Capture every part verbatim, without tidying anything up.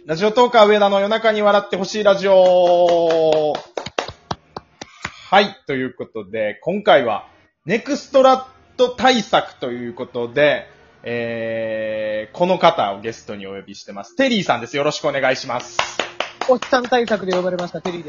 ラジオトーカー上田の夜中に笑ってほしいラジオ。はい、ということで、今回はネクストラット対策ということで、えー、この方をゲストにお呼びしてます。テリーさんです。よろしくお願いします。 おっさん対策で呼ばれましたテリーです。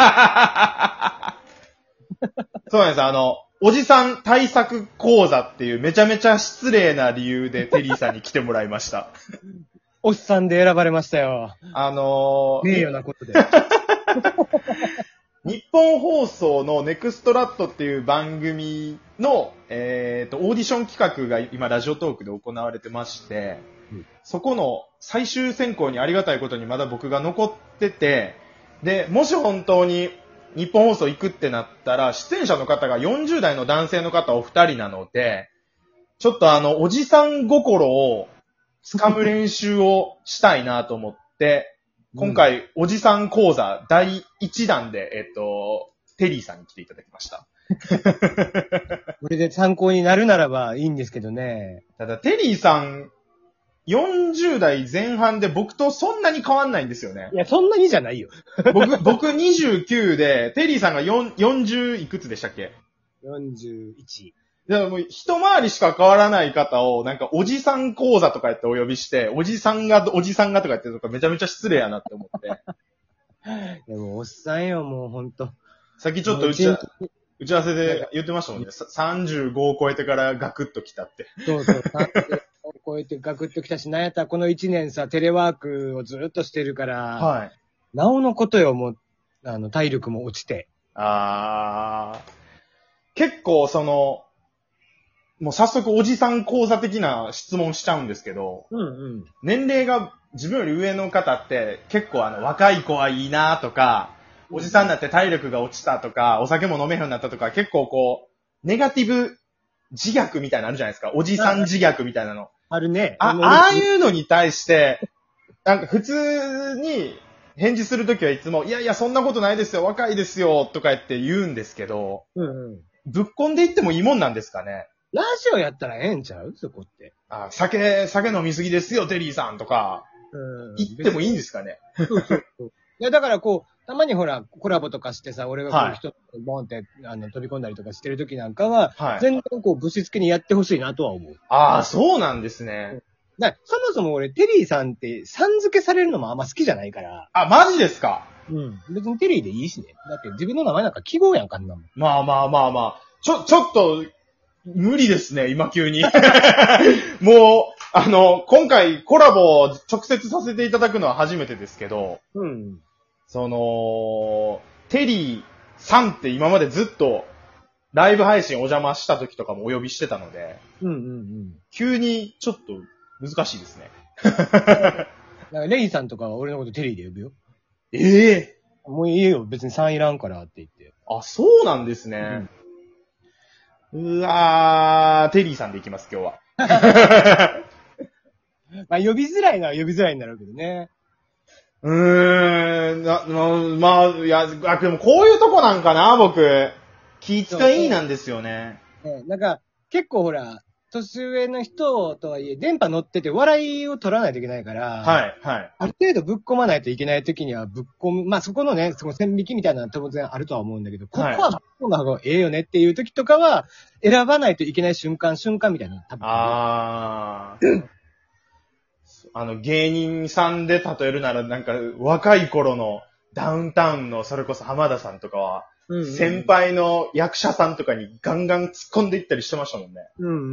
そうなんです。あの、おじさん対策講座っていうめちゃめちゃ失礼な理由でテリーさんに来てもらいました。 おっさんで選ばれましたよ。 あのー、 名誉なことで。 日本放送のネクストラットっていう番組の、えっと、オーディション企画が今ラジオトークで行われてまして、うん、そこの最終選考にありがたいことにまだ僕が残ってて、で、もし本当に日本放送行くってなったら、出演者の方がよんじゅう代の男性の方お二人なので、ちょっとあの、おじさん心を掴む練習をしたいなと思って、今回、うん、おじさん講座だいいちだんで、えっと、テリーさんに来ていただきました。 これで参考になるならばいいんですけどね。 ただ、テリーさん、よんじゅう代前半で僕とそんなに変わんないんですよね。 いや、そんなにじゃないよ。 僕、僕にじゅうきゅうで、テリーさんがよんじゅういくつでしたっけ ? よんじゅういち。 でももう一回りしか変わらない方を、なんかおじさん講座とかやってお呼びして、おじさんが、おじさんがとか言ってるとかめちゃめちゃ失礼やなって思って。 でもおっさんよ、もうほんと。 さっきちょっと打ち打ち合わせで言ってましたもんね。さんじゅうごを超えてからガクッと来たって。 そうそう。さんじゅうごを超えてガクッと来たし、なんやったらこのいちねんさ、テレワークをずっとしてるから、はい。なおのことよ、もう、あの、体力も落ちて。 あー。結構その、もう早速おじさん講座的な質問しちゃうんですけど、うんうん、年齢が自分より上の方って結構あの若い子はいいなとか、おじさんになって体力が落ちたとか、お酒も飲めへんようになったとか、結構こう、ネガティブ自虐みたいなのあるじゃないですか。おじさん自虐みたいなの。 あるね。 あ、ああいうのに対して、なんか普通に返事するときはいつも、いやいやそんなことないですよ、若いですよ、とか言って言うんですけど、うんうん、ぶっこんでいってもいいもんなんですかね。 ラジオやったらええんちゃうそこって。 あ、酒、酒飲みすぎですよ、テリーさんとか。うん。言ってもいいんですかね。 そうそうそう。いや、だからこう、たまにほら、コラボとかしてさ、俺がこう、はい、人、ボンって、あの、飛び込んだりとかしてる時なんかは、はい、全然こう、ぶしつけにやってほしいなとは思う。 ああ、そうなんですね。 だそもそも俺、テリーさんって、さん付けされるのもあんま好きじゃないから。 あ、マジですか？ うん。別にテリーでいいしね。だって自分の名前なんか記号やんかんなもん。 まあまあまあまあ。ちょ、ちょっと、無理ですね、今急に。もう、あの、今回コラボを直接させていただくのは初めてですけど、うん。その、テリーさんって今までずっとライブ配信お邪魔した時とかもお呼びしてたので、うんうんうん。急にちょっと難しいですね。 なんかレイさんとかは俺のことテリーで呼ぶよ。 ええー、もういいよ、別にさんいらんからって言って。 あ、そうなんですね。うんうわー、テリーさんで行きます、今日は。 まあ、呼びづらいのは呼びづらいんだろうけどね。 うーん、な、まあ、いや、あ、でもこういうとこなんかな、僕。気遣いなんですよね。 ね、なんか、結構ほら、年上の人とはいえ、電波乗ってて笑いを取らないといけないから、はい、はい。ある程度ぶっ込まないといけないときにはぶっ込む、まあそこのね、その線引きみたいなのは当然あるとは思うんだけど、ここはぶっ込んだ方がええよねっていうときとかは、選ばないといけない瞬間、瞬間みたいなの多分。あー。あの、芸人さんで例えるなら、なんか、若い頃のダウンタウンの、それこそ浜田さんとかは、うんうん、先輩の役者さんとかにガンガン突っ込んでいったりしてましたもんね。うんうんうん。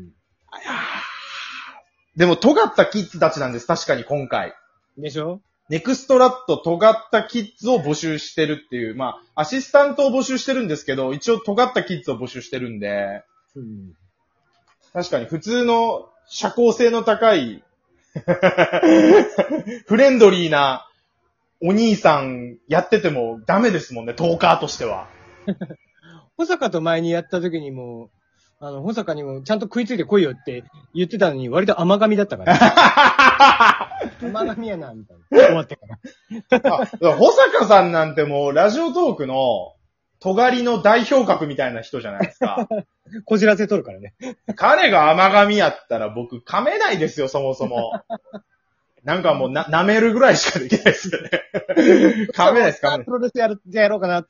あやでも、尖ったキッズたちなんです、確かに今回。 でしょ？ ネクストラット尖ったキッズを募集してるっていう、まあ、アシスタントを募集してるんですけど、一応尖ったキッズを募集してるんで、うん、確かに普通の社交性の高い、フレンドリーな、お兄さんやっててもダメですもんね、トーカーとしては。 保坂と前にやった時にも、あの、保坂にもちゃんと食いついてこいよって言ってたのに割と甘噛みだったから。甘噛みやな、みたいな。終わってから。 あ、保坂さんなんてもうラジオトークの尖りの代表格みたいな人じゃないですか。 こじらせとるからね。 彼が甘噛みやったら僕噛めないですよ、そもそも。 なんかもうな、舐めるぐらいしかできないですよね。噛めないです、噛めない。 プロレスやる、やろうかなって、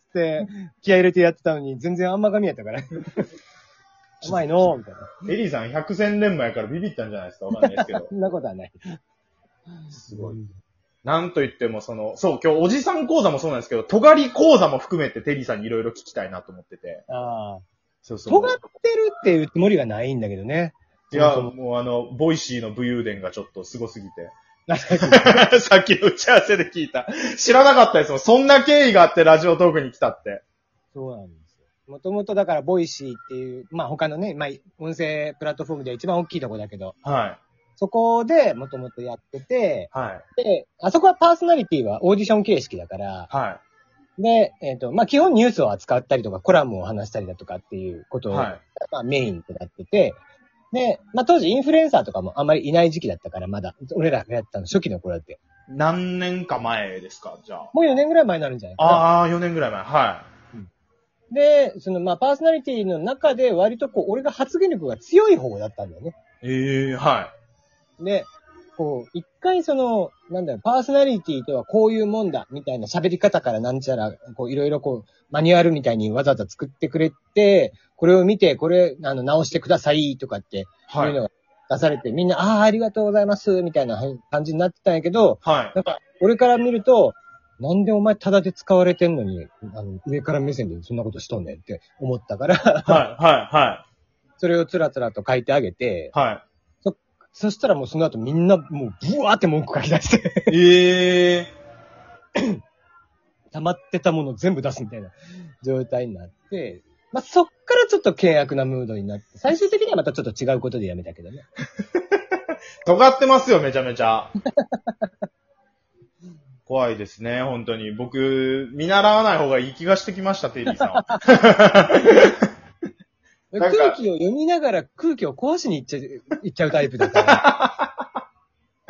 気合入れてやってたのに、全然あんまが見えたから。うまいのーみたいな。 エリーさん百戦錬磨やからビビったんじゃないですか、わかんないですけど。 そんなことはない。 すごい。なんと言っても、その、そう、今日おじさん講座もそうなんですけど、尖り講座も含めてテリーさんにいろいろ聞きたいなと思ってて。 ああ。 そうそう。 尖ってるっていうつもりがないんだけどね。 いや、もうあの、ボイシーの武勇伝がちょっとすごすぎて。 ささっきの打ち合わせで聞いた。知らなかったですもん。そんな経緯があってラジオトークに来たって。 そうなんですよ。もともとだからボイシーっていう、まあ他のね、まあ音声プラットフォームで一番大きいとこだけど。 はい。 そこでもともとやってて、 はい。 で、あそこはパーソナリティはオーディション形式だから、 はい。 で、えっ、ー、と、まあ基本ニュースを扱ったりとか、コラムを話したりだとかっていうことを、 はい、 まあメインとなってて、で、まあ当時インフルエンサーとかもあんまりいない時期だったから、まだ、俺らがやったの初期の頃だって。 何年か前ですか、じゃあ。 もうよねんぐらい前になるんじゃないかな。 ああ、よねんぐらい前。はい。 うん、で、そのまあパーソナリティの中で割とこう、俺が発言力が強い方だったんだよね。 ええー、はい。 で、こう、一回その、なんだろう、パーソナリティとはこういうもんだ、みたいな喋り方からなんちゃら、こう、いろいろこう、マニュアルみたいにわざわざ作ってくれて、これを見て、これ、あの、直してください、とかって、はい。いうのが出されて、みんな、ああ、ありがとうございます、みたいな感じになってたんやけど、はい。なんか、俺から見ると、なんでお前タダで使われてんのに、あの、上から目線でそんなことしとんねんって思ったから、はい、 はい、はい。 それをつらつらと書いてあげて、 はい。 そしたらもうその後みんなもうブワーって文句書き出して。 ええー。溜まってたもの全部出すみたいな状態になって、まあ、そっからちょっと険悪なムードになって、最終的にはまたちょっと違うことでやめたけどね。 尖ってますよ、めちゃめちゃ。怖いですね、本当に。僕、見習わない方がいい気がしてきました、テリーさんは。 空気を読みながら空気を壊しに行っちゃう、行っちゃうタイプだから。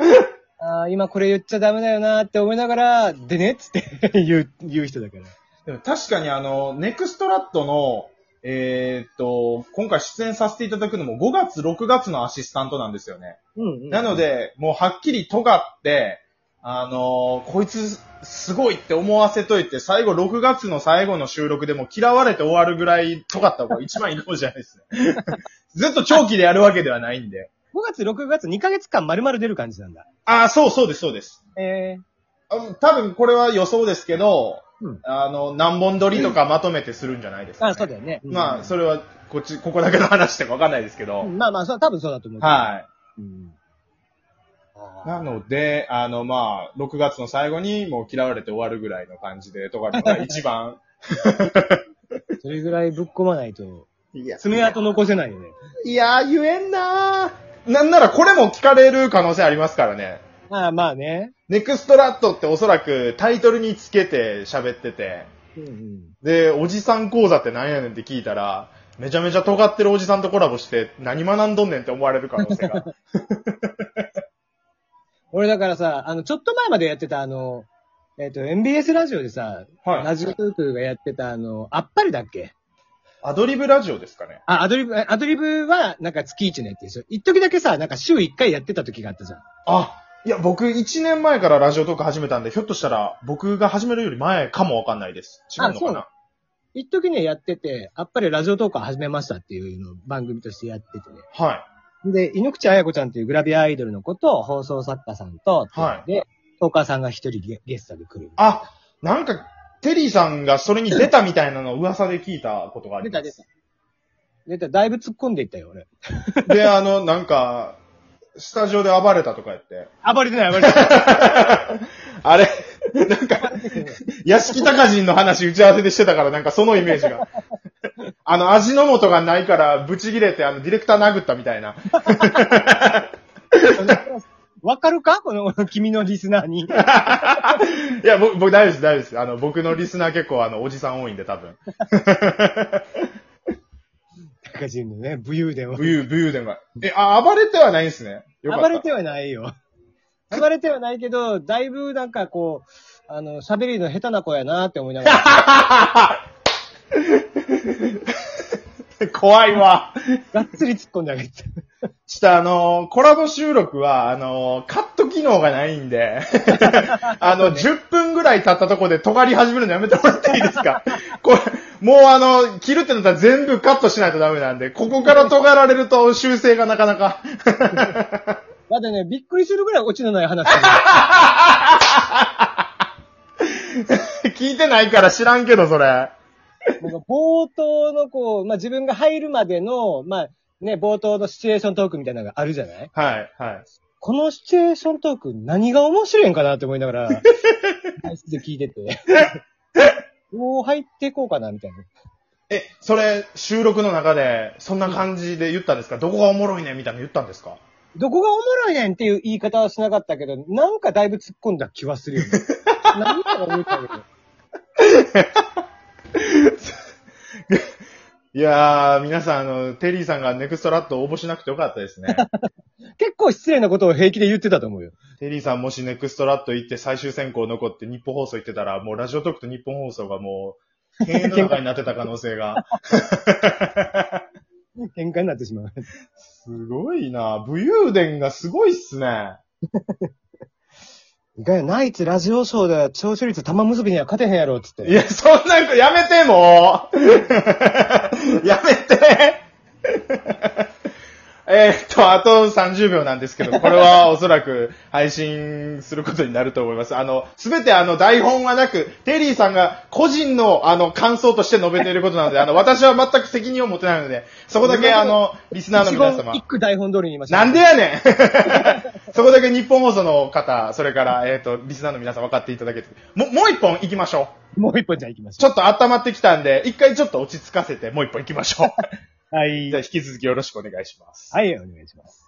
ああ、今これ言っちゃダメだよなーって思いながら、でねっつって言う、言う人だから。 でも確かにあの、ネクストラットの、えー、っと、今回出演させていただくのもごがつ、ろくがつのアシスタントなんですよね。うんうんうん、なので、もうはっきり尖って、あのー、こいつすごいって思わせといて、最後ろくがつの最後の収録でも嫌われて終わるぐらい尖った方が一番いいのじゃないですね。ずっと長期でやるわけではないんで。 ごがつ、ろくがつにかげつかん丸々出る感じなんだ。 ああ、そうそうです、そうです。 ええー、多分これは予想ですけど、うん、あの、何本撮りとかまとめてするんじゃないですか、ね。 あ、そうだよね。 まあ、それは、こっち、ここだけの話ってわかんないですけど。 うん、まあまあ、そ多分そうだと思う。 はい。うんなので、あの、まあ、ろくがつの最後にもう嫌われて終わるぐらいの感じで、とかのが一番。 それぐらいぶっ込まないと、爪痕残せないよね。 いやー、言えんなー。なんならこれも聞かれる可能性ありますからね。 ああ、まあね。 ネクストラットっておそらくタイトルにつけて喋ってて、うんうん、で、おじさん講座って何やねんって聞いたら、めちゃめちゃ尖ってるおじさんとコラボして何学んどんねんって思われる可能性が。 俺だからさ、あの、ちょっと前までやってたあの、えっ、ー、と、エムビーエス ラジオでさ、はい、ラジオトークがやってたあの、あっぱれだっけアドリブラジオですかね。 あ、アドリブ、アドリブはなんか月一のやってるでしょ。一時だけさ、なんか週一回やってた時があったじゃん。 あ、いや、僕いちねんまえからラジオトーク始めたんで、ひょっとしたら僕が始めるより前かもわかんないです。違うのかな。 一時ね、やってて、あっぱれラジオトークを始めましたっていうのを番組としてやっててね。 はい。 で、井ノ口彩子ちゃんっていうグラビアアイドルの子と、放送作家さんと、はい。で、トーカーさんが一人ゲゲストで来る。 あ、なんか、テリーさんがそれに出たみたいなのを噂で聞いたことがあります。出た出た。 出た、だいぶ突っ込んでいったよ、俺。 で、あの、なんか、スタジオで暴れたとか言って。 暴れてない、暴れてない。 あれ、なんか、屋敷隆人の話打ち合わせでしてたから、なんかそのイメージが。あの、味の素がないから、ブチ切れて、あの、ディレクター殴ったみたいな。 わかるかこの、君のリスナーに。いや、僕、僕大丈夫です、大丈夫です。あの、僕のリスナー結構、あの、おじさん多いんで、多分。 高人のね、武勇伝は。 武勇、武勇伝が。え、あ、暴れてはないんですね。 よかった。暴れてはないよ。暴れてはないけど、だいぶなんかこう、あの、喋りの下手な子やなって思いながら。 怖いわ。 がっつり突っ込んであげて。 ちょっとあのー、コラボ収録は、あのー、カット機能がないんで、あの、じゅっぷんぐらい経ったところで尖り始めるのやめてもらっていいですか？これ、もうあの、切るってなったら全部カットしないとダメなんで、ここから尖られると修正がなかなか。 だってね、びっくりするぐらいオチのない話。 聞いてないから知らんけど、それ。なんか冒頭のこう、まあ、自分が入るまでの、まあ、ね、冒頭のシチュエーショントークみたいなのがあるじゃないはい、はい。 このシチュエーショントーク何が面白いんかなって思いながら、配信で聞いてて。もう入っていこうかな、みたいな。 え、それ、収録の中で、そんな感じで言ったんですか？どこがおもろいねみたいなの言ったんですか？ どこがおもろいねんっていう言い方はしなかったけど、なんかだいぶ突っ込んだ気はするよね。何かが思ったけど。 いやー、皆さん、あの、テリーさんがネクストラット応募しなくてよかったですね。 結構失礼なことを平気で言ってたと思うよ。 テリーさんもしネクストラット行って最終選考残って日本放送行ってたら、もうラジオトークと日本放送がもう、犬猿の中になってた可能性が。 喧嘩になってしまう。 すごいな。武勇伝がすごいっすね。 ナイツラジオショーでは聴取率玉結びには勝てへんやろ、つって。 いや、そんなんやめて、もうやめてえーっと、あとさんじゅうびょうなんですけど、これはおそらく配信することになると思います。あの、すべてあの台本はなく、テリーさんが個人のあの感想として述べていることなので、あの、私は全く責任を持てないので、そこだけあの、リスナーの皆様。 一句台本通りに言いました。 なんでやねんそこだけ日本放送の方、それから、えーっと、リスナーの皆さん分かっていただけて。も、もう一本行きましょう。もう一本じゃあ行きましょう。ちょっと温まってきたんで、一回ちょっと落ち着かせて、もう一本行きましょう。 はい。 じゃあ引き続きよろしくお願いします。 はい、お願いします。